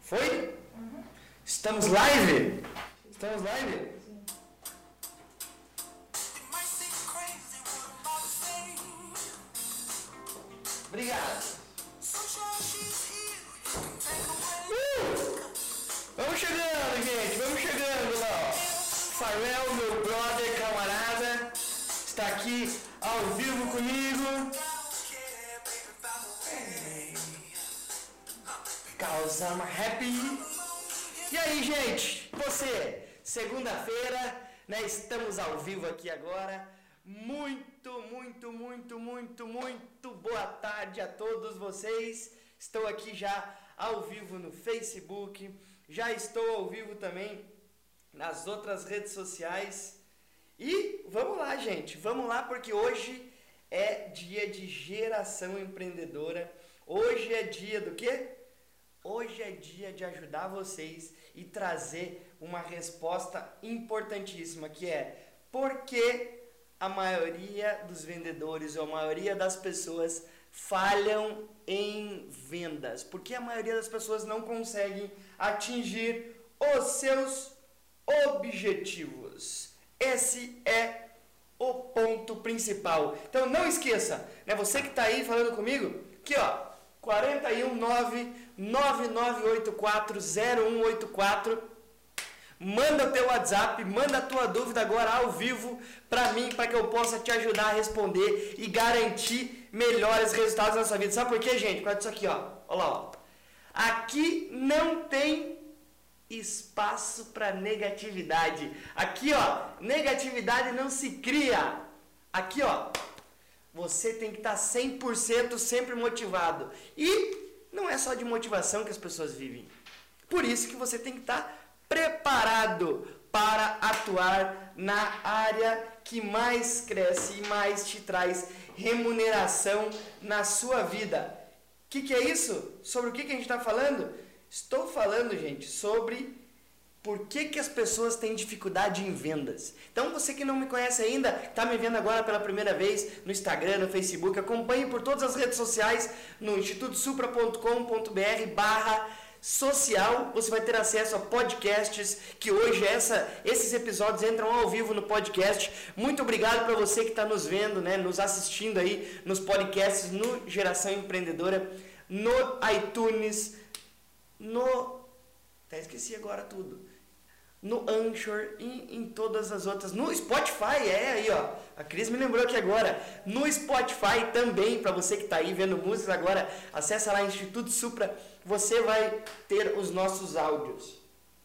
Foi? Estamos live? Estamos live? Obrigado. Vamos chegando, gente. Vamos chegando lá. Farrell, meu brother, camarada, está aqui ao vivo comigo. Cause I'm happy. E aí, gente? Você? Segunda-feira, né? Estamos ao vivo aqui agora. Muito boa tarde a todos vocês. Estou aqui já ao vivo no Facebook. Já estou ao vivo também nas outras redes sociais. E vamos lá, gente. Vamos lá, porque hoje é dia de geração empreendedora. Hoje é dia do quê? Hoje é dia de ajudar vocês e trazer uma resposta importantíssima, que é: por que a maioria dos vendedores ou a maioria das pessoas falham em vendas? Por que a maioria das pessoas não conseguem atingir os seus objetivos? Esse é o ponto principal. Então não esqueça, né? Você que está aí falando comigo, aqui ó, 419-9984-0184. Manda o teu WhatsApp, manda a tua dúvida agora ao vivo para mim, para que eu possa te ajudar a responder e garantir melhores resultados na sua vida. Sabe por quê, gente? Por causa disso aqui, ó. Olha lá, ó. Aqui não tem espaço para negatividade. Aqui, ó, negatividade não se cria. Aqui, ó, você tem que estar 100% sempre motivado. E não é só de motivação que as pessoas vivem. Por isso que você tem que estar preparado para atuar na área que mais cresce e mais te traz remuneração na sua vida. O que é isso? Sobre o que a gente está falando? Estou falando, gente, sobre por que as pessoas têm dificuldade em vendas. Então, você que não me conhece ainda, está me vendo agora pela primeira vez no Instagram, no Facebook, acompanhe por todas as redes sociais, no institutosupra.com.br/social. Você vai ter acesso a podcasts, que hoje esses episódios entram ao vivo no podcast. Muito obrigado para você que está nos vendo, né, nos assistindo aí nos podcasts, no Geração Empreendedora, no iTunes, até esqueci agora tudo. No Anchor e em todas as outras. No Spotify, aí ó. A Cris me lembrou aqui agora. No Spotify também, para você que está aí vendo músicas agora, acessa lá Instituto Supra. Você vai ter os nossos áudios.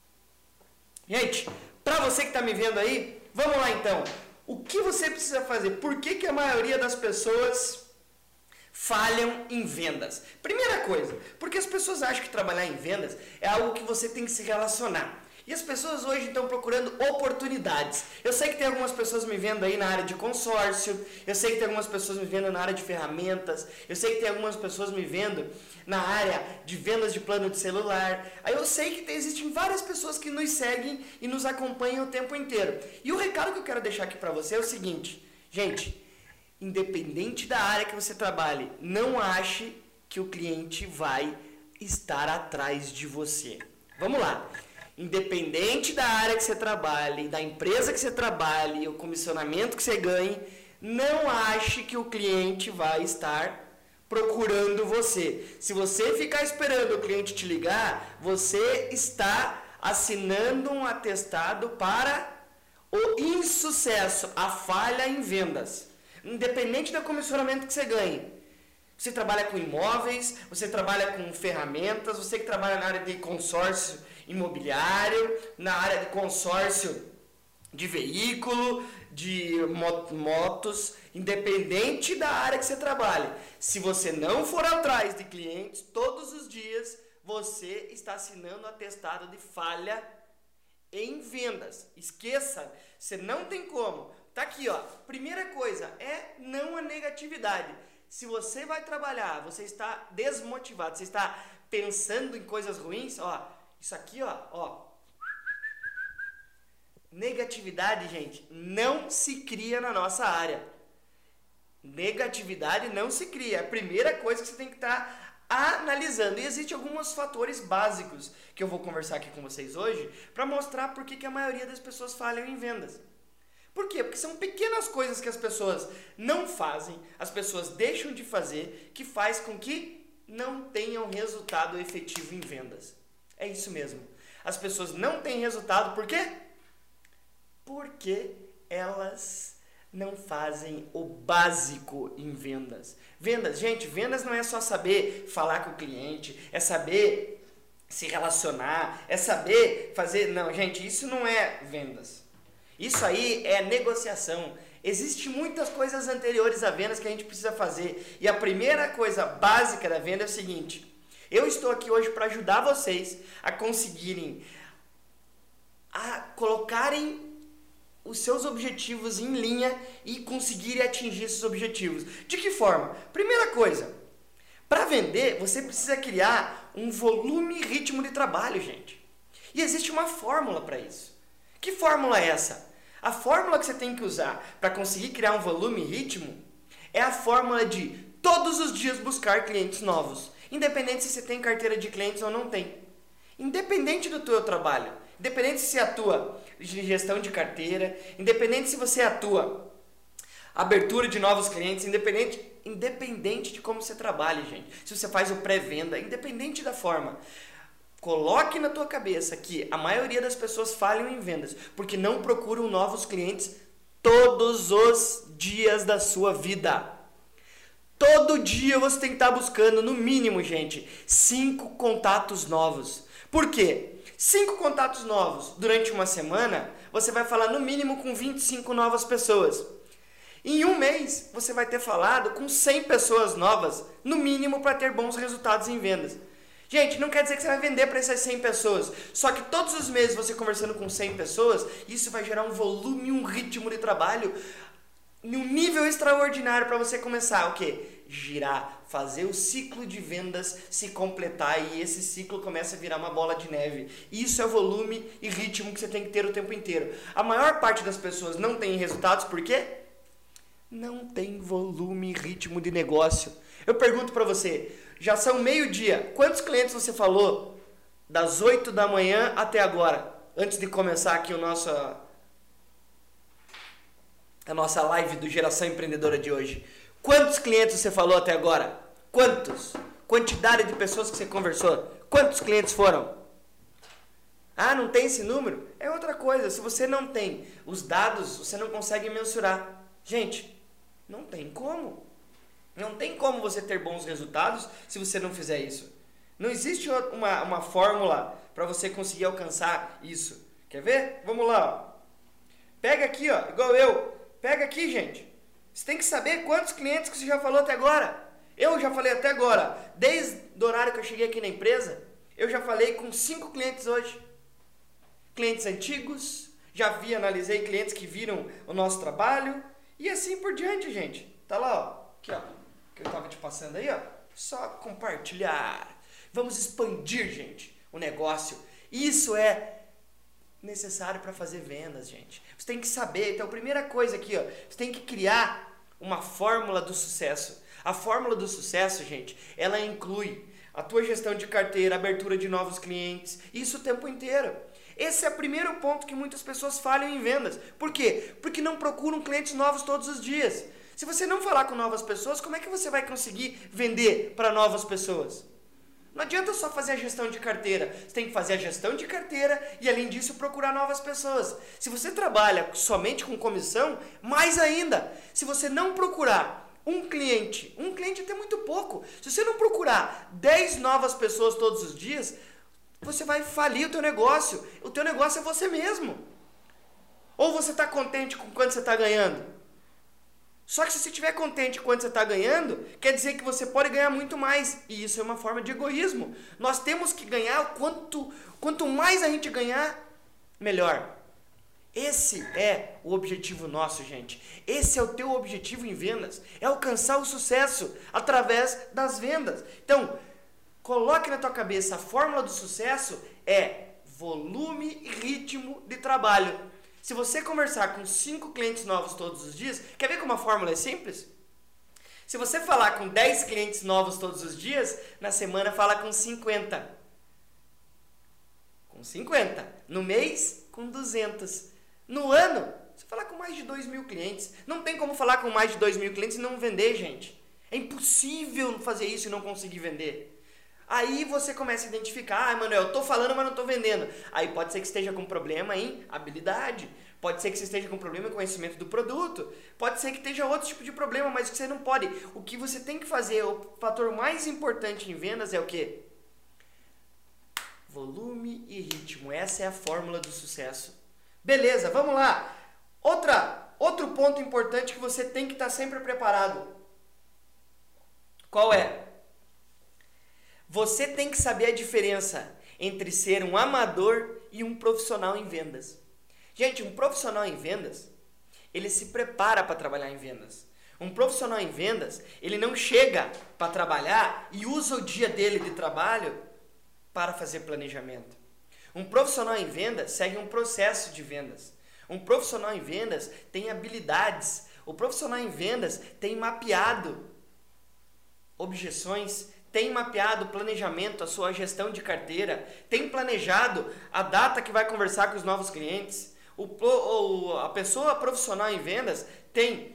Gente, para você que está me vendo aí, vamos lá então. O que você precisa fazer? Por que a maioria das pessoas falham em vendas? Primeira coisa, porque as pessoas acham que trabalhar em vendas é algo que você tem que se relacionar. E as pessoas hoje estão procurando oportunidades. Eu sei que tem algumas pessoas me vendo aí na área de consórcio, eu sei que tem algumas pessoas me vendo na área de ferramentas, eu sei que tem algumas pessoas me vendo na área de vendas de plano de celular. Aí eu sei que existem várias pessoas que nos seguem e nos acompanham o tempo inteiro. E o recado que eu quero deixar aqui para você é o seguinte: gente, independente da área que você trabalhe, não ache que o cliente vai estar atrás de você. Vamos lá. Independente da área que você trabalhe, da empresa que você trabalhe, o comissionamento que você ganhe, não ache que o cliente vai estar procurando você. Se você ficar esperando o cliente te ligar, você está assinando um atestado para o insucesso, a falha em vendas. Independente do comissionamento que você ganhe. Você trabalha com imóveis, você trabalha com ferramentas, você que trabalha na área de consórcio imobiliário, na área de consórcio de veículo, de motos, independente da área que você trabalhe. Se você não for atrás de clientes todos os dias, você está assinando um atestado de falha em vendas. Esqueça, você não tem como. Tá aqui, ó. Primeira coisa é não a negatividade. Se você vai trabalhar, você está desmotivado, você está pensando em coisas ruins, ó, isso aqui, ó. Negatividade, gente, não se cria na nossa área. Negatividade não se cria. A primeira coisa que você tem que estar analisando. E existem alguns fatores básicos que eu vou conversar aqui com vocês hoje para mostrar por que a maioria das pessoas falham em vendas. Por quê? Porque são pequenas coisas que as pessoas não fazem, as pessoas deixam de fazer, que faz com que não tenham resultado efetivo em vendas. É isso mesmo. As pessoas não têm resultado, por quê? Porque elas não fazem o básico em vendas. Vendas, gente, vendas não é só saber falar com o cliente, é saber se relacionar, é saber fazer... Não, gente, isso não é vendas. Isso aí é negociação. Existem muitas coisas anteriores a vendas que a gente precisa fazer. E a primeira coisa básica da venda é o seguinte: eu estou aqui hoje para ajudar vocês a conseguirem, a colocarem os seus objetivos em linha e conseguirem atingir esses objetivos. De que forma? Primeira coisa, para vender, você precisa criar um volume e ritmo de trabalho, gente. E existe uma fórmula para isso. Que fórmula é essa? A fórmula que você tem que usar para conseguir criar um volume e ritmo é a fórmula de todos os dias buscar clientes novos, independente se você tem carteira de clientes ou não tem. Independente do teu trabalho, independente se você atua de gestão de carteira, independente se você atua abertura de novos clientes, independente de como você trabalha, gente. Se você faz o pré-venda, independente da forma. Coloque na tua cabeça que a maioria das pessoas falham em vendas porque não procuram novos clientes todos os dias da sua vida. Todo dia você tem que estar buscando, no mínimo, gente, 5 contatos novos. Por quê? 5 contatos novos durante uma semana, você vai falar no mínimo com 25 novas pessoas. Em um mês, você vai ter falado com 100 pessoas novas, no mínimo, para ter bons resultados em vendas. Gente, não quer dizer que você vai vender para essas 100 pessoas. Só que todos os meses você conversando com 100 pessoas, isso vai gerar um volume, um ritmo de trabalho, num nível extraordinário para você começar o quê? Girar, fazer o ciclo de vendas se completar e esse ciclo começa a virar uma bola de neve. Isso é volume e ritmo que você tem que ter o tempo inteiro. A maior parte das pessoas não tem resultados, por quê? Não tem volume e ritmo de negócio. Eu pergunto para você, já são meio-dia, quantos clientes você falou das 8 da manhã até agora? Antes de começar aqui a nossa live do Geração Empreendedora de hoje. Quantos clientes você falou até agora? Quantos? Quantidade de pessoas que você conversou? Quantos clientes foram? Ah, não tem esse número? É outra coisa. Se você não tem os dados, você não consegue mensurar. Gente, não tem como. Não tem como você ter bons resultados se você não fizer isso. Não existe uma fórmula para você conseguir alcançar isso. Quer ver? Vamos lá. Ó. Pega aqui, ó, igual eu. Pega aqui, gente. Você tem que saber quantos clientes que você já falou até agora. Eu já falei até agora. Desde o horário que eu cheguei aqui na empresa, eu já falei com 5 clientes hoje. Clientes antigos. Já analisei clientes que viram o nosso trabalho. E assim por diante, gente. Tá lá, ó. Aqui, ó. Que eu tava te passando aí, ó. Só compartilhar. Vamos expandir, gente, o negócio. Isso é necessário para fazer vendas, gente. Você tem que saber. Então, a primeira coisa aqui, ó. Você tem que criar uma fórmula do sucesso. A fórmula do sucesso, gente, ela inclui a tua gestão de carteira, abertura de novos clientes. Isso o tempo inteiro. Esse é o primeiro ponto que muitas pessoas falham em vendas. Por quê? Porque não procuram clientes novos todos os dias. Se você não falar com novas pessoas, como é que você vai conseguir vender para novas pessoas? Não adianta só fazer a gestão de carteira. Você tem que fazer a gestão de carteira e, além disso, procurar novas pessoas. Se você trabalha somente com comissão, mais ainda. Se você não procurar um cliente até muito pouco. Se você não procurar 10 novas pessoas todos os dias, você vai falir o teu negócio. O teu negócio é você mesmo. Ou você está contente com quanto você está ganhando? Só que se você estiver contente com quanto você está ganhando, quer dizer que você pode ganhar muito mais. E isso é uma forma de egoísmo. Nós temos que ganhar, quanto mais a gente ganhar, melhor. Esse é o objetivo nosso, gente. Esse é o teu objetivo em vendas. É alcançar o sucesso através das vendas. Então, coloque na tua cabeça, a fórmula do sucesso é volume e ritmo de trabalho. Se você conversar com 5 clientes novos todos os dias, quer ver como a fórmula é simples? Se você falar com 10 clientes novos todos os dias, na semana fala com 50. Com 50. No mês, com 200. No ano, você fala com mais de 2.000 clientes. Não tem como falar com mais de 2.000 clientes e não vender, gente. É impossível fazer isso e não conseguir vender. Aí você começa a identificar, Manuel, eu tô falando, mas não tô vendendo. Aí pode ser que esteja com problema em habilidade. Pode ser que você esteja com problema em conhecimento do produto. Pode ser que esteja outro tipo de problema, mas que você não pode. O que você tem que fazer, o fator mais importante em vendas é o quê? Volume e ritmo. Essa é a fórmula do sucesso. Beleza, vamos lá. Outro ponto importante que você tem que estar sempre preparado. Qual é? Você tem que saber a diferença entre ser um amador e um profissional em vendas. Gente, um profissional em vendas, ele se prepara para trabalhar em vendas. Um profissional em vendas, ele não chega para trabalhar e usa o dia dele de trabalho para fazer planejamento. Um profissional em vendas segue um processo de vendas. Um profissional em vendas tem habilidades. O profissional em vendas tem mapeado objeções, tem mapeado o planejamento, a sua gestão de carteira, tem planejado a data que vai conversar com os novos clientes. A pessoa profissional em vendas tem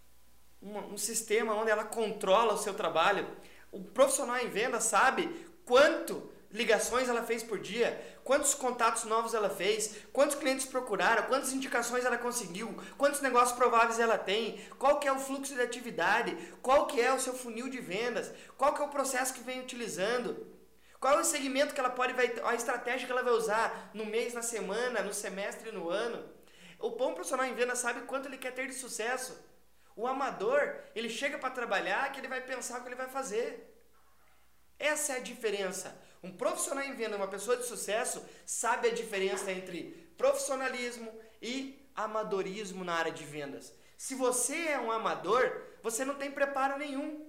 um sistema onde ela controla o seu trabalho. O profissional em vendas sabe quanto ligações ela fez por dia, quantos contatos novos ela fez, quantos clientes procuraram, quantas indicações ela conseguiu, quantos negócios prováveis ela tem, qual que é o fluxo de atividade, qual que é o seu funil de vendas, qual que é o processo que vem utilizando, qual é o segmento que ela a estratégia que ela vai usar no mês, na semana, no semestre e no ano. O bom profissional em vendas sabe quanto ele quer ter de sucesso. O amador, ele chega para trabalhar que ele vai pensar o que ele vai fazer. Essa é a diferença. Um profissional em venda, uma pessoa de sucesso, sabe a diferença entre profissionalismo e amadorismo na área de vendas. Se você é um amador, você não tem preparo nenhum.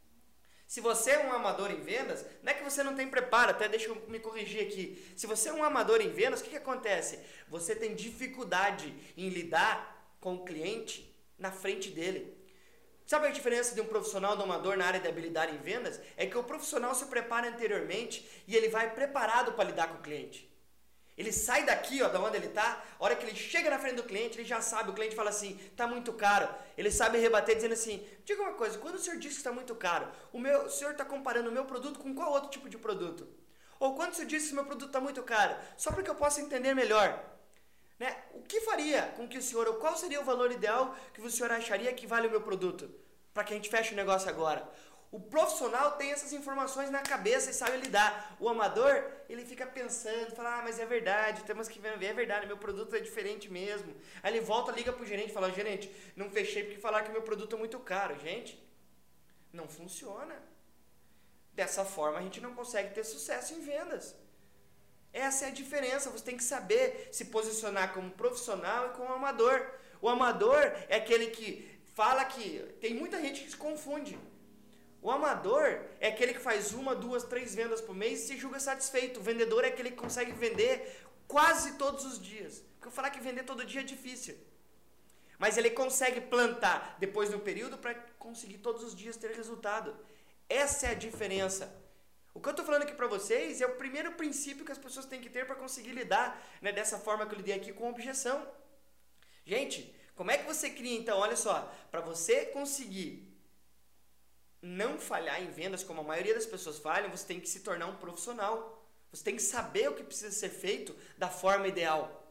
Se você é um amador em vendas, não é que você não tem preparo, até deixa eu me corrigir aqui. Se você é um amador em vendas, o que acontece? Você tem dificuldade em lidar com o cliente na frente dele. Sabe a diferença de um profissional do amador na área de habilidade em vendas? É que o profissional se prepara anteriormente e ele vai preparado para lidar com o cliente. Ele sai daqui, ó, da onde ele está, a hora que ele chega na frente do cliente, ele já sabe, o cliente fala assim, tá muito caro. Ele sabe rebater dizendo assim, diga uma coisa, quando o senhor disse que está muito caro, o senhor está comparando o meu produto com qual outro tipo de produto? Ou quando o senhor disse que o meu produto está muito caro? Só para que eu possa entender melhor. Né? O que faria com que o senhor, ou qual seria o valor ideal que o senhor acharia que vale o meu produto? Para que a gente feche o negócio agora. O profissional tem essas informações na cabeça e sabe lidar. O amador, ele fica pensando, fala, mas é verdade, temos que ver, é verdade, meu produto é diferente mesmo. Aí ele volta, liga pro gerente e fala, gerente, não fechei porque falaram que meu produto é muito caro. Gente, não funciona. Dessa forma a gente não consegue ter sucesso em vendas. Essa é a diferença, você tem que saber se posicionar como profissional e como amador. O amador é aquele que fala que... Tem muita gente que se confunde. O amador é aquele que faz 1, 2, 3 vendas por mês e se julga satisfeito. O vendedor é aquele que consegue vender quase todos os dias. Porque eu falar que vender todo dia é difícil. Mas ele consegue plantar depois de um período para conseguir todos os dias ter resultado. Essa é a diferença. O que eu estou falando aqui para vocês é o primeiro princípio que as pessoas têm que ter para conseguir lidar, né, dessa forma que eu lidei aqui com objeção. Gente, como é que você cria então? Olha só, para você conseguir não falhar em vendas, como a maioria das pessoas falham, você tem que se tornar um profissional. Você tem que saber o que precisa ser feito da forma ideal.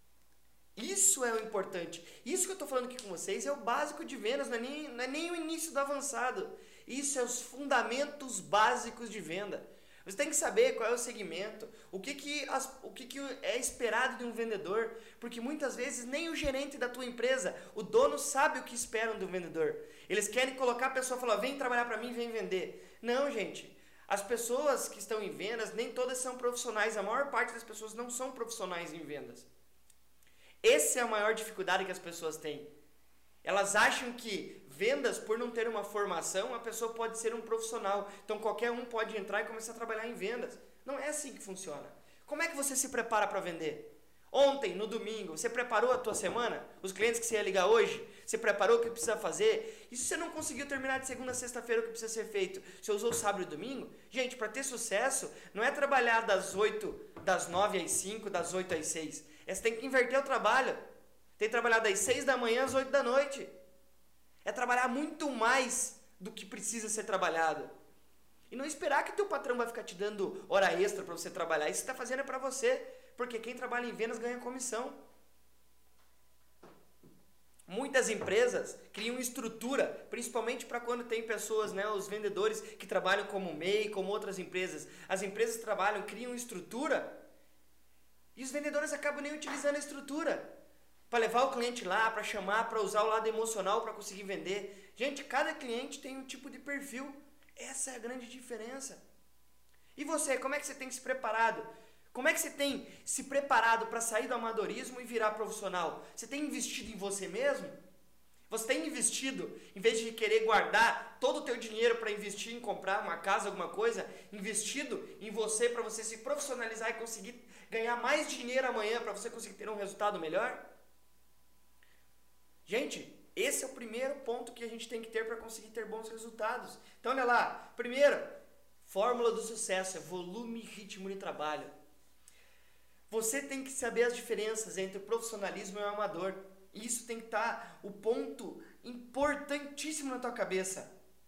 Isso é o importante. Isso que eu estou falando aqui com vocês é o básico de vendas, não é nem o início do avançado. Isso é os fundamentos básicos de venda. Você tem que saber qual é o segmento, o que é esperado de um vendedor, porque muitas vezes nem o gerente da tua empresa, o dono sabe o que esperam do vendedor. Eles querem colocar a pessoa e falar, vem trabalhar para mim, vem vender. Não, gente, as pessoas que estão em vendas, nem todas são profissionais, a maior parte das pessoas não são profissionais em vendas. Essa é a maior dificuldade que as pessoas têm. Elas acham que vendas, por não ter uma formação, a pessoa pode ser um profissional. Então qualquer um pode entrar e começar a trabalhar em vendas. Não é assim que funciona. Como é que você se prepara para vender? Ontem, no domingo, você preparou a tua semana? Os clientes que você ia ligar hoje? Você preparou o que precisa fazer? E se você não conseguiu terminar de segunda a sexta-feira o que precisa ser feito? Você usou o sábado e domingo? Gente, para ter sucesso, não é trabalhar das 9 às 5, das 8 às 6. Você tem que inverter o trabalho. Tem que trabalhar das 6 da manhã às 8 da noite. É trabalhar muito mais do que precisa ser trabalhado. E não esperar que teu patrão vai ficar te dando hora extra para você trabalhar. Isso que está fazendo é para você. Porque quem trabalha em vendas ganha comissão. Muitas empresas criam estrutura, principalmente para quando tem pessoas, né, os vendedores que trabalham como MEI, como outras empresas. As empresas criam estrutura e os vendedores acabam nem utilizando a estrutura para levar o cliente lá, para chamar, para usar o lado emocional para conseguir vender. Gente, cada cliente tem um tipo de perfil. Essa é a grande diferença. E você, como é que você tem se preparado? Como é que você tem se preparado para sair do amadorismo e virar profissional? Você tem investido em você mesmo? Você tem investido, em vez de querer guardar todo o teu dinheiro para investir em comprar uma casa, alguma coisa, investido em você para você se profissionalizar e conseguir ganhar mais dinheiro amanhã para você conseguir ter um resultado melhor? Gente, esse é o primeiro ponto que a gente tem que ter para conseguir ter bons resultados. Então olha lá, primeiro, fórmula do sucesso é volume e ritmo de trabalho. Você tem que saber as diferenças entre o profissionalismo e o amador. Isso tem que estar o ponto importantíssimo na tua cabeça.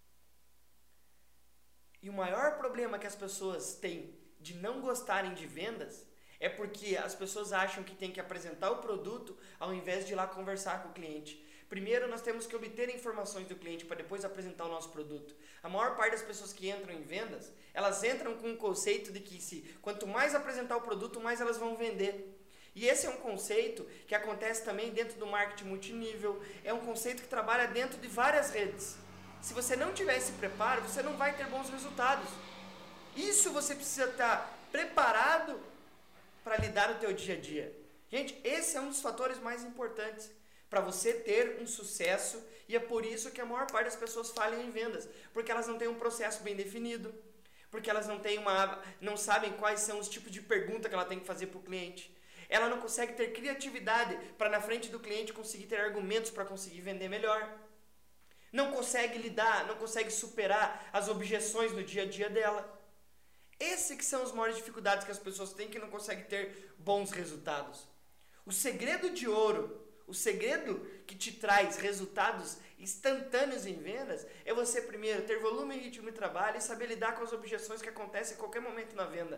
E o maior problema que as pessoas têm de não gostarem de vendas é porque as pessoas acham que tem que apresentar o produto ao invés de ir lá conversar com o cliente. Primeiro, nós temos que obter informações do cliente para depois apresentar o nosso produto. A maior parte das pessoas que entram em vendas, elas entram com o conceito de que quanto mais apresentar o produto, mais elas vão vender. E esse é um conceito que acontece também dentro do marketing multinível, é um conceito que trabalha dentro de várias redes. Se você não tiver esse preparo, você não vai ter bons resultados. Isso você precisa estar preparado para lidar no teu dia a dia. Gente, esse é um dos fatores mais importantes para você ter um sucesso, e é por isso que a maior parte das pessoas falham em vendas, porque elas não têm um processo bem definido, porque elas não sabem quais são os tipos de pergunta que ela tem que fazer para o cliente. Ela não consegue ter criatividade para na frente do cliente conseguir ter argumentos para conseguir vender melhor. Não consegue lidar, não consegue superar as objeções no dia a dia dela. Esses que são as maiores dificuldades que as pessoas têm, que não conseguem ter bons resultados. O segredo de ouro, o segredo que te traz resultados instantâneos em vendas é você primeiro ter volume e ritmo de trabalho e saber lidar com as objeções que acontecem em qualquer momento na venda.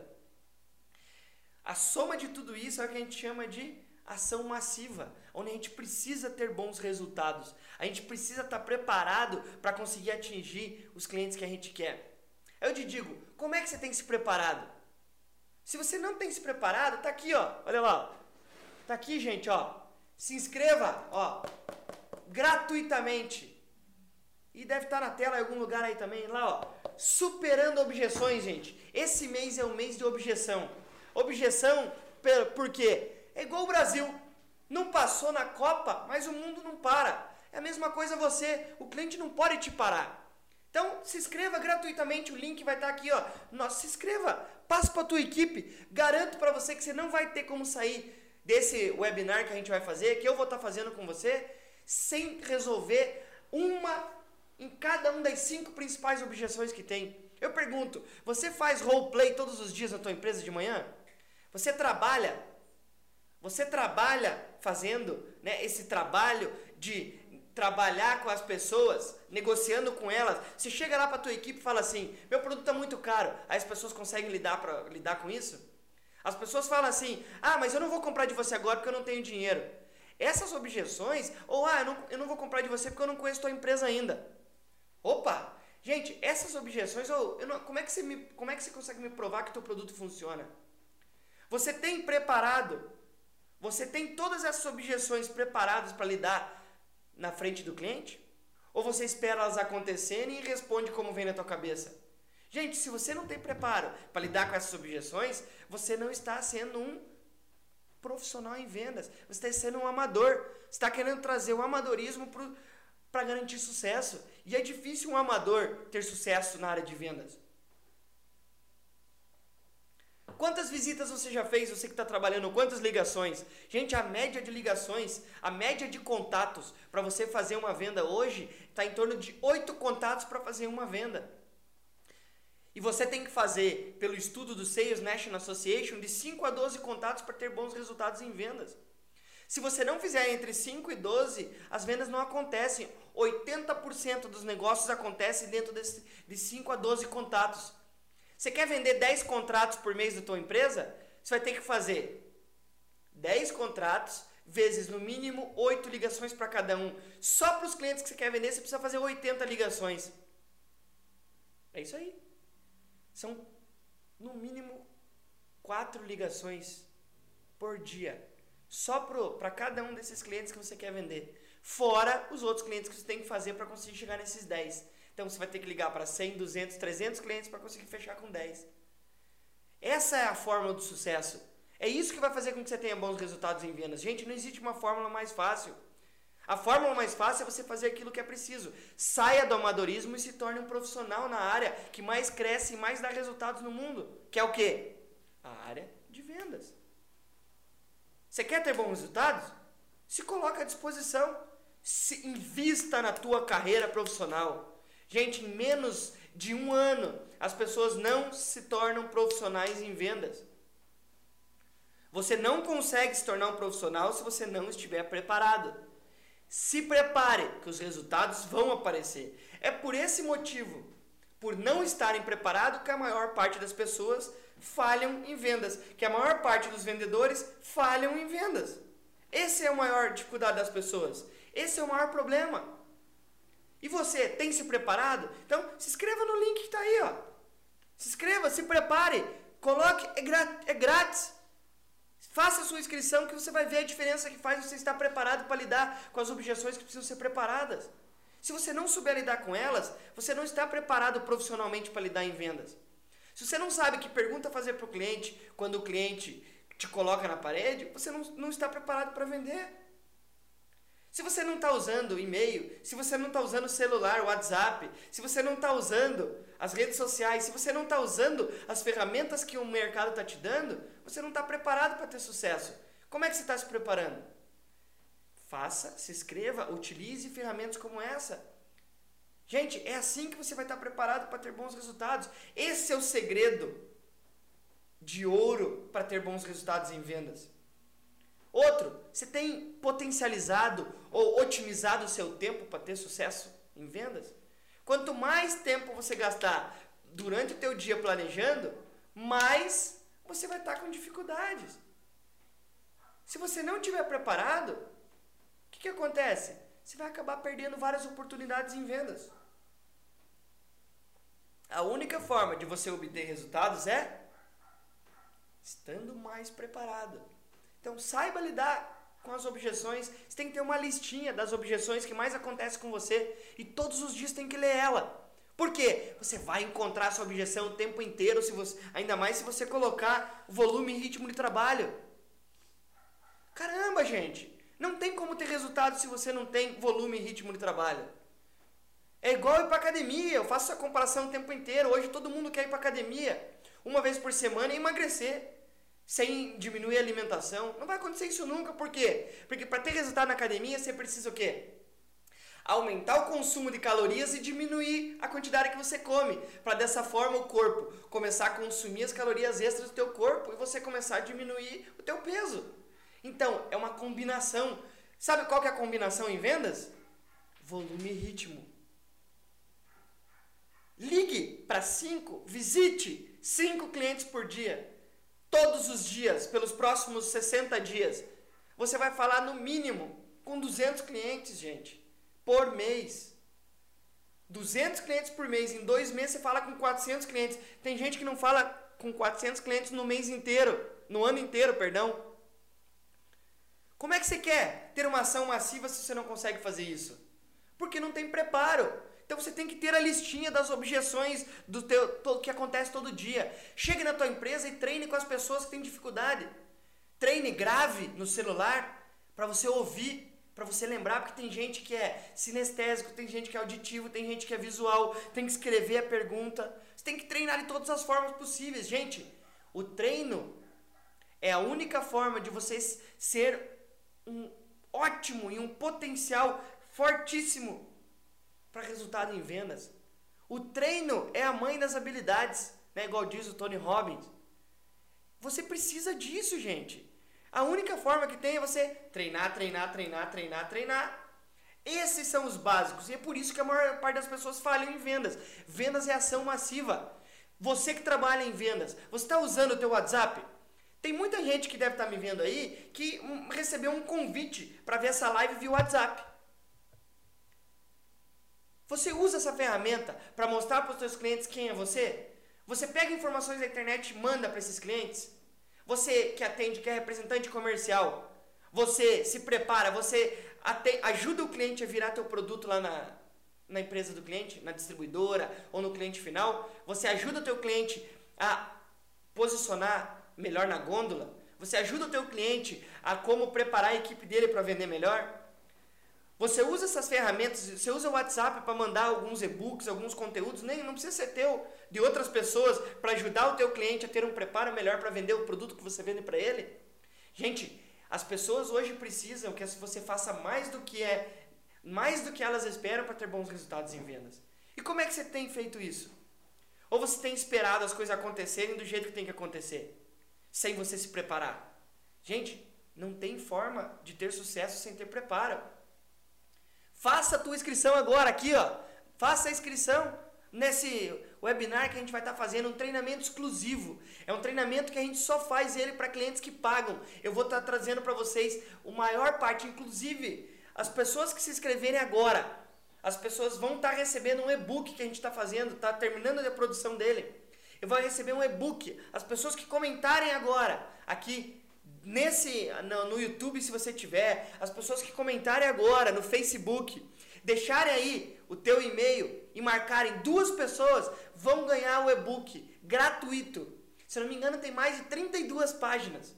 A soma de tudo isso é o que a gente chama de ação massiva, onde a gente precisa ter bons resultados. A gente precisa estar preparado para conseguir atingir os clientes que a gente quer. Eu te digo, como é que você tem se preparado? Se você não tem se preparado, tá aqui, ó. Olha lá, ó. Tá aqui, gente, ó. Se inscreva, ó, gratuitamente. E deve estar na tela em algum lugar aí também, lá, ó. Superando objeções, gente. Esse mês é o mês de objeção. Objeção, por quê? É igual o Brasil. Não passou na Copa, mas o mundo não para. É a mesma coisa você. O cliente não pode te parar. Então, se inscreva gratuitamente. O link vai estar aqui, ó. Nossa, se inscreva. Passa para a tua equipe. Garanto para você que você não vai ter como sair desse webinar que a gente vai fazer, que eu vou estar fazendo com você, sem resolver uma em cada uma das 5 principais objeções que tem. Eu pergunto, você faz roleplay todos os dias na tua empresa de manhã? Você trabalha fazendo, né, esse trabalho de trabalhar com as pessoas, negociando com elas. Você chega lá para a tua equipe e fala assim, meu produto está muito caro. Aí as pessoas conseguem lidar com isso? As pessoas falam assim, mas eu não vou comprar de você agora porque eu não tenho dinheiro. Essas objeções, ou eu não vou comprar de você porque eu não conheço tua empresa ainda. Opa! Gente, essas objeções, como é que você consegue me provar que teu produto funciona? Você tem preparado? Você tem todas essas objeções preparadas para lidar na frente do cliente? Ou você espera elas acontecerem e responde como vem na tua cabeça? Gente, se você não tem preparo para lidar com essas objeções, você não está sendo um profissional em vendas. Você está sendo um amador. Você está querendo trazer o amadorismo para garantir sucesso. E é difícil um amador ter sucesso na área de vendas. Quantas visitas você já fez, você que está trabalhando, quantas ligações? Gente, a média de ligações, a média de contatos para você fazer uma venda hoje está em torno de 8 contatos para fazer uma venda. E você tem que fazer, pelo estudo do Sales National Association, de 5 a 12 contatos para ter bons resultados em vendas. Se você não fizer entre 5 e 12, as vendas não acontecem. 80% dos negócios acontecem dentro de 5 a 12 contatos. Você quer vender 10 contratos por mês da tua empresa? Você vai ter que fazer 10 contratos vezes no mínimo 8 ligações para cada um. Só para os clientes que você quer vender, você precisa fazer 80 ligações. É isso aí. São no mínimo 4 ligações por dia. Só para cada um desses clientes que você quer vender. Fora os outros clientes que você tem que fazer para conseguir chegar nesses 10. Então você vai ter que ligar para 100, 200, 300 clientes para conseguir fechar com 10. Essa é a fórmula do sucesso. É isso que vai fazer com que você tenha bons resultados em vendas. Gente, não existe uma fórmula mais fácil. A fórmula mais fácil é você fazer aquilo que é preciso. Saia do amadorismo e se torne um profissional na área que mais cresce e mais dá resultados no mundo. Que é o quê? A área de vendas. Você quer ter bons resultados? Se coloque à disposição. Se invista na tua carreira profissional. Gente, em menos de 1 ano, as pessoas não se tornam profissionais em vendas. Você não consegue se tornar um profissional se você não estiver preparado. Se prepare, que os resultados vão aparecer. É por esse motivo, por não estarem preparados, que a maior parte das pessoas falham em vendas. Que a maior parte dos vendedores falham em vendas. Essa é a maior dificuldade das pessoas. Esse é o maior problema. E você, tem se preparado? Então, se inscreva no link que está aí, ó. Se inscreva, se prepare, coloque, é grátis. Faça a sua inscrição que você vai ver a diferença que faz você estar preparado para lidar com as objeções que precisam ser preparadas. Se você não souber lidar com elas, você não está preparado profissionalmente para lidar em vendas. Se você não sabe que pergunta fazer para o cliente quando o cliente te coloca na parede, você não está preparado para vender. Se você não está usando e-mail, se você não está usando o celular, o WhatsApp, se você não está usando as redes sociais, se você não está usando as ferramentas que o mercado está te dando, você não está preparado para ter sucesso. Como é que você está se preparando? Faça, se inscreva, utilize ferramentas como essa. Gente, é assim que você vai estar preparado para ter bons resultados. Esse é o segredo de ouro para ter bons resultados em vendas. Outro, você tem potencializado ou otimizado o seu tempo para ter sucesso em vendas? Quanto mais tempo você gastar durante o teu dia planejando, mais você vai estar com dificuldades. Se você não estiver preparado, o que acontece? Você vai acabar perdendo várias oportunidades em vendas. A única forma de você obter resultados é estando mais preparado. Então, saiba lidar com as objeções. Você tem que ter uma listinha das objeções que mais acontecem com você. E todos os dias tem que ler ela. Por quê? Você vai encontrar essa objeção o tempo inteiro, ainda mais se você colocar volume e ritmo de trabalho. Caramba, gente! Não tem como ter resultado se você não tem volume e ritmo de trabalho. É igual ir para academia. Eu faço essa comparação o tempo inteiro. Hoje todo mundo quer ir para academia uma vez por semana e emagrecer. Sem diminuir a alimentação. Não vai acontecer isso nunca. Por quê? Porque para ter resultado na academia, você precisa o quê? Aumentar o consumo de calorias e diminuir a quantidade que você come. Para dessa forma o corpo começar a consumir as calorias extras do teu corpo e você começar a diminuir o teu peso. Então, é uma combinação. Sabe qual que é a combinação em vendas? Volume e ritmo. Ligue para 5, visite 5 clientes por dia. Todos os dias, pelos próximos 60 dias, você vai falar no mínimo com 200 clientes, gente, por mês. 200 clientes por mês. Em 2 meses você fala com 400 clientes. Tem gente que não fala com 400 clientes no mês inteiro, no ano inteiro, perdão. Como é que você quer ter uma ação massiva se você não consegue fazer isso? Porque não tem preparo. Então você tem que ter a listinha das objeções do que acontece todo dia. Chegue na tua empresa e treine com as pessoas que têm dificuldade. Treine, grave no celular para você ouvir, para você lembrar, porque tem gente que é sinestésico, tem gente que é auditivo, tem gente que é visual, tem que escrever a pergunta. Você tem que treinar de todas as formas possíveis. Gente, O treino é a única forma de você ser um ótimo e um potencial fortíssimo para resultado em vendas. O treino é a mãe das habilidades, né? Igual diz o Tony Robbins. Você precisa disso, gente. A única forma que tem é você treinar, treinar, treinar, treinar, treinar. Esses são os básicos. E é por isso que a maior parte das pessoas falham em vendas. Vendas é ação massiva. Você que trabalha em vendas, você está usando o teu WhatsApp? Tem muita gente que deve estar me vendo aí que recebeu um convite para ver essa live via WhatsApp. Você usa essa ferramenta para mostrar para os seus clientes quem é você? Você pega informações da internet e manda para esses clientes? Você que atende, que é representante comercial, você se prepara, você ajuda o cliente a virar teu produto lá na empresa do cliente, na distribuidora ou no cliente final? Você ajuda o teu cliente a posicionar melhor na gôndola? Você ajuda o teu cliente a como preparar a equipe dele para vender melhor? Você usa essas ferramentas, você usa o WhatsApp para mandar alguns e-books, alguns conteúdos, não precisa ser teu, de outras pessoas, para ajudar o teu cliente a ter um preparo melhor para vender o produto que você vende para ele? Gente, as pessoas hoje precisam que você faça mais do que elas esperam para ter bons resultados em vendas. E como é que você tem feito isso? Ou você tem esperado as coisas acontecerem do jeito que tem que acontecer, sem você se preparar? Gente, não tem forma de ter sucesso sem ter preparo. Faça a tua inscrição agora aqui, ó. Faça a inscrição nesse webinar que a gente vai estar fazendo, um treinamento exclusivo. É um treinamento que a gente só faz ele para clientes que pagam. Eu vou estar trazendo para vocês a maior parte, inclusive as pessoas que se inscreverem agora, as pessoas vão estar recebendo um e-book que a gente está fazendo, está terminando a produção dele. Eu vou receber um e-book. As pessoas que comentarem agora aqui no YouTube, se você tiver, as pessoas que comentarem agora no Facebook, deixarem aí o teu e-mail e marcarem 2 pessoas, vão ganhar o e-book gratuito. Se eu não me engano, tem mais de 32 páginas.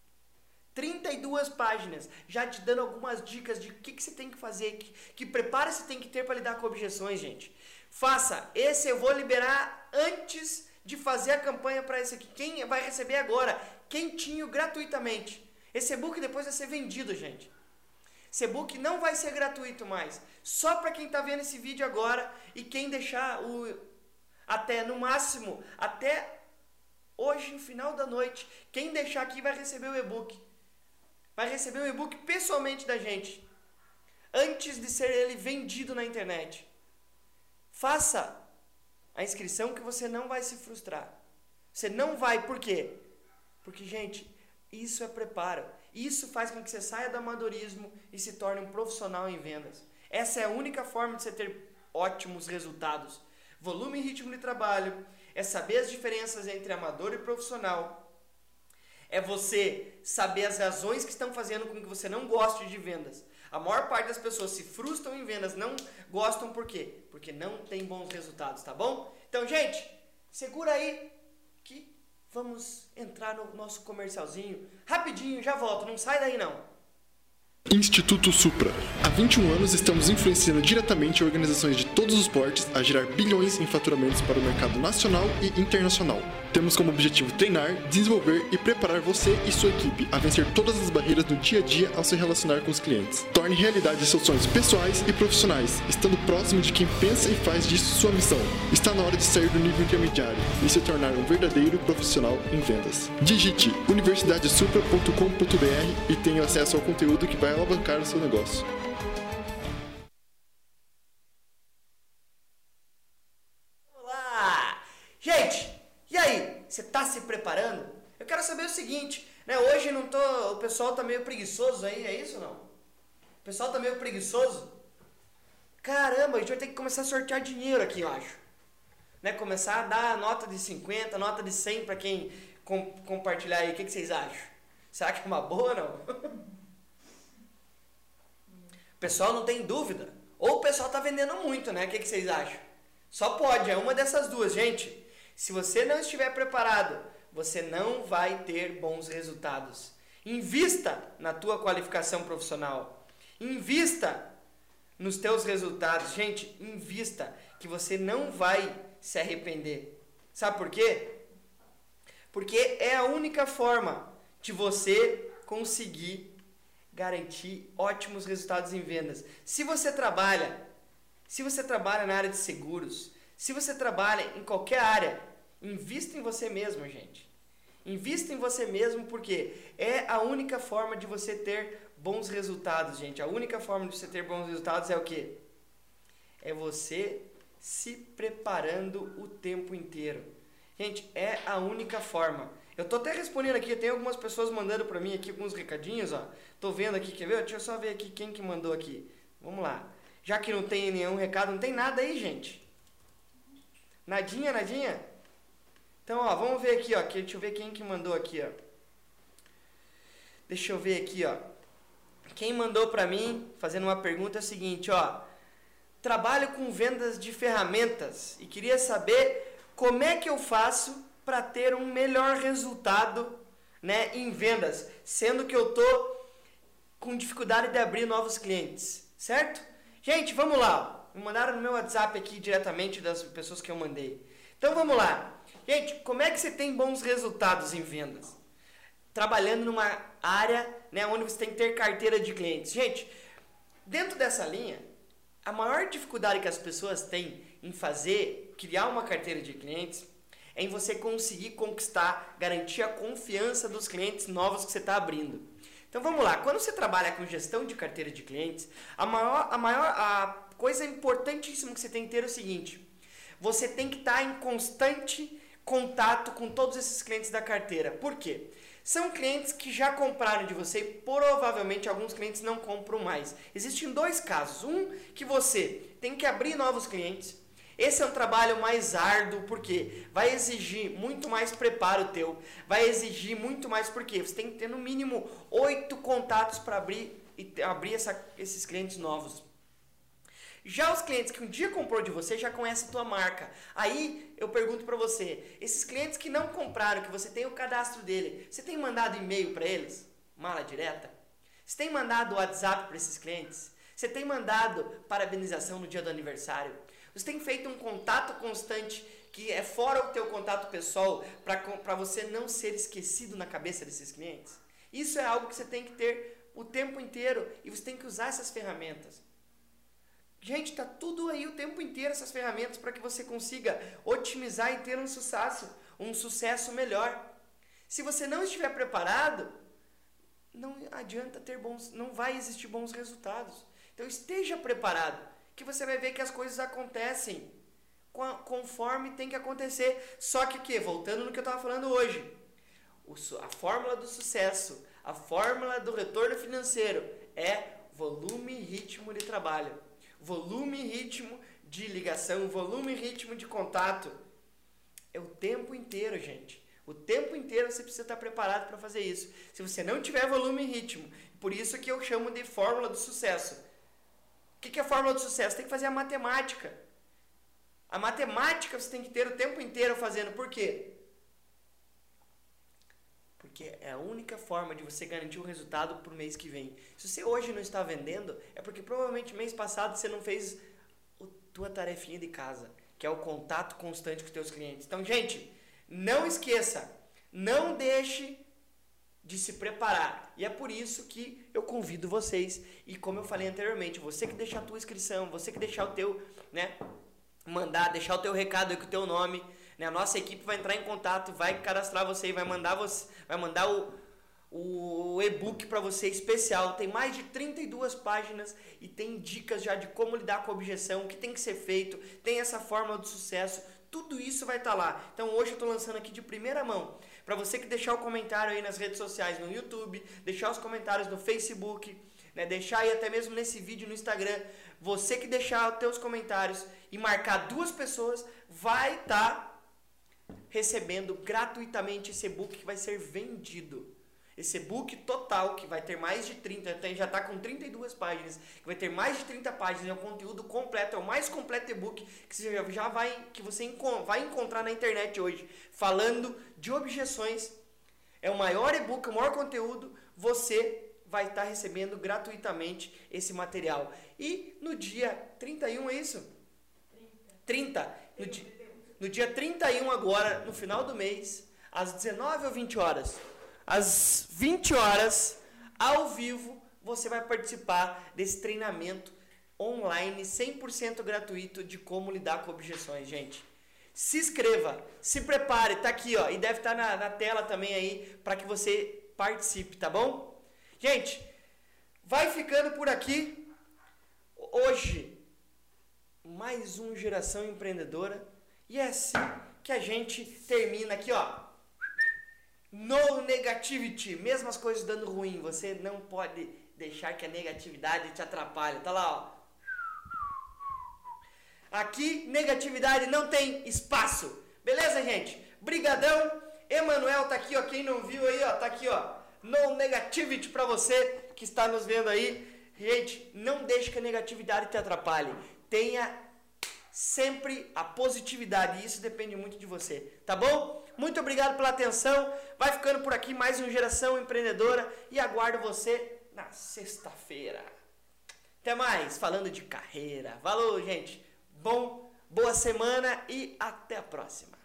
32 páginas, já te dando algumas dicas de o que você tem que fazer, que preparo você tem que ter para lidar com objeções, gente. Faça, esse eu vou liberar antes de fazer a campanha para esse aqui. Quem vai receber agora, quentinho, gratuitamente. Esse e-book depois vai ser vendido, gente. Esse e-book não vai ser gratuito mais. Só para quem está vendo esse vídeo agora e quem deixar até no máximo, até hoje, no final da noite, quem deixar aqui vai receber o e-book. Vai receber o e-book pessoalmente da gente, antes de ser ele vendido na internet. Faça a inscrição que você não vai se frustrar. Você não vai, por quê? Porque, gente, isso é preparo. Isso faz com que você saia do amadorismo e se torne um profissional em vendas. Essa é a única forma de você ter ótimos resultados. Volume e ritmo de trabalho, é saber as diferenças entre amador e profissional. É você saber as razões que estão fazendo com que você não goste de vendas. A maior parte das pessoas se frustram em vendas, não gostam por quê? Porque não tem bons resultados, tá bom? Então, gente, segura aí que vamos entrar no nosso comercialzinho. Rapidinho, já volto, não sai daí não. Instituto Supra. Há 21 anos estamos influenciando diretamente organizações de todos os portes a gerar bilhões em faturamentos para o mercado nacional e internacional. Temos como objetivo treinar, desenvolver e preparar você e sua equipe a vencer todas as barreiras no dia a dia ao se relacionar com os clientes. Torne realidade seus sonhos pessoais e profissionais, estando próximo de quem pensa e faz disso sua missão. Está na hora de sair do nível intermediário e se tornar um verdadeiro profissional em vendas. Digite universidadesupra.com.br e tenha acesso ao conteúdo que vai alavancar o seu negócio. Olá! Gente, e aí? Você está se preparando? Eu quero saber o seguinte, né? Hoje o pessoal tá meio preguiçoso aí, é isso ou não? O pessoal tá meio preguiçoso? Caramba, a gente vai ter que começar a sortear dinheiro aqui, eu acho. Né? Começar a dar nota de 50, nota de 100 para quem compartilhar aí. O que vocês acham? Será que é uma boa ou não? O pessoal não tem dúvida. Ou o pessoal tá vendendo muito, né? O que vocês acham? Só pode, é uma dessas duas, gente. Se você não estiver preparado, você não vai ter bons resultados. Invista na tua qualificação profissional. Invista nos teus resultados. Gente, invista que você não vai se arrepender. Sabe por quê? Porque é a única forma de você conseguir garantir ótimos resultados em vendas. Se você trabalha na área de seguros, se você trabalha em qualquer área, invista em você mesmo, gente. Invista em você mesmo porque é a única forma de você ter bons resultados, gente. A única forma de você ter bons resultados é o quê? É você se preparando o tempo inteiro. Gente, é a única forma. Eu tô até respondendo aqui, tem algumas pessoas mandando pra mim aqui alguns recadinhos, ó. Tô vendo aqui, quer ver? Deixa eu só ver aqui quem que mandou aqui. Vamos lá. Já que não tem nenhum recado, não tem nada aí, gente. Nadinha, nadinha? Então, ó, vamos ver aqui, ó. Deixa eu ver quem que mandou aqui, ó. Deixa eu ver aqui, ó. Quem mandou pra mim, fazendo uma pergunta, é o seguinte, ó. Trabalho com vendas de ferramentas e queria saber como é que eu faço para ter um melhor resultado, né, em vendas, sendo que eu tô com dificuldade de abrir novos clientes, certo? Gente, vamos lá. Me mandaram no meu WhatsApp aqui diretamente das pessoas que eu mandei. Então vamos lá. Gente, como é que você tem bons resultados em vendas? Trabalhando numa área, né, onde você tem que ter carteira de clientes. Gente, dentro dessa linha, a maior dificuldade que as pessoas têm em criar uma carteira de clientes, é em você conseguir conquistar, garantir a confiança dos clientes novos que você está abrindo. Então vamos lá, quando você trabalha com gestão de carteira de clientes, a coisa importantíssima que você tem que ter é o seguinte: você tem que estar em constante contato com todos esses clientes da carteira. Por quê? São clientes que já compraram de você e provavelmente alguns clientes não compram mais. Existem dois casos. Um, que você tem que abrir novos clientes. Esse é um trabalho mais árduo, porque vai exigir muito mais preparo teu. Vai exigir muito mais, porque você tem que ter no mínimo 8 contatos para abrir esses clientes novos. Já os clientes que um dia comprou de você já conhecem a tua marca. Aí eu pergunto para você, esses clientes que não compraram, que você tem o cadastro dele, você tem mandado e-mail para eles? Mala direta? Você tem mandado WhatsApp para esses clientes? Você tem mandado parabenização no dia do aniversário? Você tem feito um contato constante que é fora o teu contato pessoal para você não ser esquecido na cabeça desses clientes? Isso é algo que você tem que ter o tempo inteiro e você tem que usar essas ferramentas. Gente, tá tudo aí o tempo inteiro essas ferramentas para que você consiga otimizar e ter um sucesso melhor. Se você não estiver preparado, não adianta não vai existir bons resultados. Então esteja preparado, que você vai ver que as coisas acontecem conforme tem que acontecer. Só que o quê? Voltando no que eu estava falando hoje, a fórmula do sucesso, a fórmula do retorno financeiro é volume e ritmo de trabalho. Volume e ritmo de ligação, volume e ritmo de contato. É o tempo inteiro, gente. O tempo inteiro você precisa estar preparado para fazer isso. Se você não tiver volume e ritmo, por isso que eu chamo de fórmula do sucesso. O que é a fórmula do sucesso? Tem que fazer a matemática. A matemática você tem que ter o tempo inteiro fazendo. Por quê? Porque é a única forma de você garantir o resultado para o mês que vem. Se você hoje não está vendendo, é porque provavelmente mês passado você não fez a tua tarefinha de casa, que é o contato constante com os teus clientes. Então, gente, não esqueça, não deixe de se preparar. E é por isso que eu convido vocês, e como eu falei anteriormente, você que deixar a tua inscrição, você que deixar o teu, né, deixar o teu recado aí com o teu nome, a nossa equipe vai entrar em contato, vai cadastrar você e vai mandar o e-book para você especial. Tem mais de 32 páginas e tem dicas já de como lidar com a objeção, o que tem que ser feito, tem essa fórmula do sucesso, tudo isso vai estar lá. Então hoje eu estou lançando aqui de primeira mão, para você que deixar o comentário aí nas redes sociais, no YouTube, deixar os comentários no Facebook, né, deixar aí até mesmo nesse vídeo no Instagram, você que deixar os teus comentários e marcar 2 pessoas, vai estar recebendo gratuitamente esse e-book que vai ser vendido. Esse e-book total, que vai ter mais de 30, já está com 32 páginas, que vai ter mais de 30 páginas, é um conteúdo completo, é o mais completo e-book que você vai encontrar na internet hoje, falando de objeções. É o maior e-book, o maior conteúdo, você vai estar recebendo gratuitamente esse material. E no dia 31, é isso? 30. No dia 31 agora, no final do mês, às 19 ou 20 horas? Às 20 horas, ao vivo, você vai participar desse treinamento online 100% gratuito de como lidar com objeções, gente. Se inscreva, se prepare, tá aqui, ó, e deve estar na tela também aí para que você participe, tá bom? Gente, vai ficando por aqui. Hoje, mais um Geração Empreendedora. E é assim que a gente termina aqui, ó. No negativity, mesmo as coisas dando ruim, você não pode deixar que a negatividade te atrapalhe. Tá lá, ó. Aqui, negatividade não tem espaço. Beleza, gente? Brigadão. Emanuel tá aqui, ó. Quem não viu aí, ó, tá aqui, ó. No negativity pra você que está nos vendo aí. Gente, não deixe que a negatividade te atrapalhe. Tenha sempre a positividade. E isso depende muito de você, tá bom? Muito obrigado pela atenção. Vai ficando por aqui mais um Geração Empreendedora. E aguardo você na sexta-feira. Até mais, falando de carreira. Valeu, gente. Boa semana e até a próxima.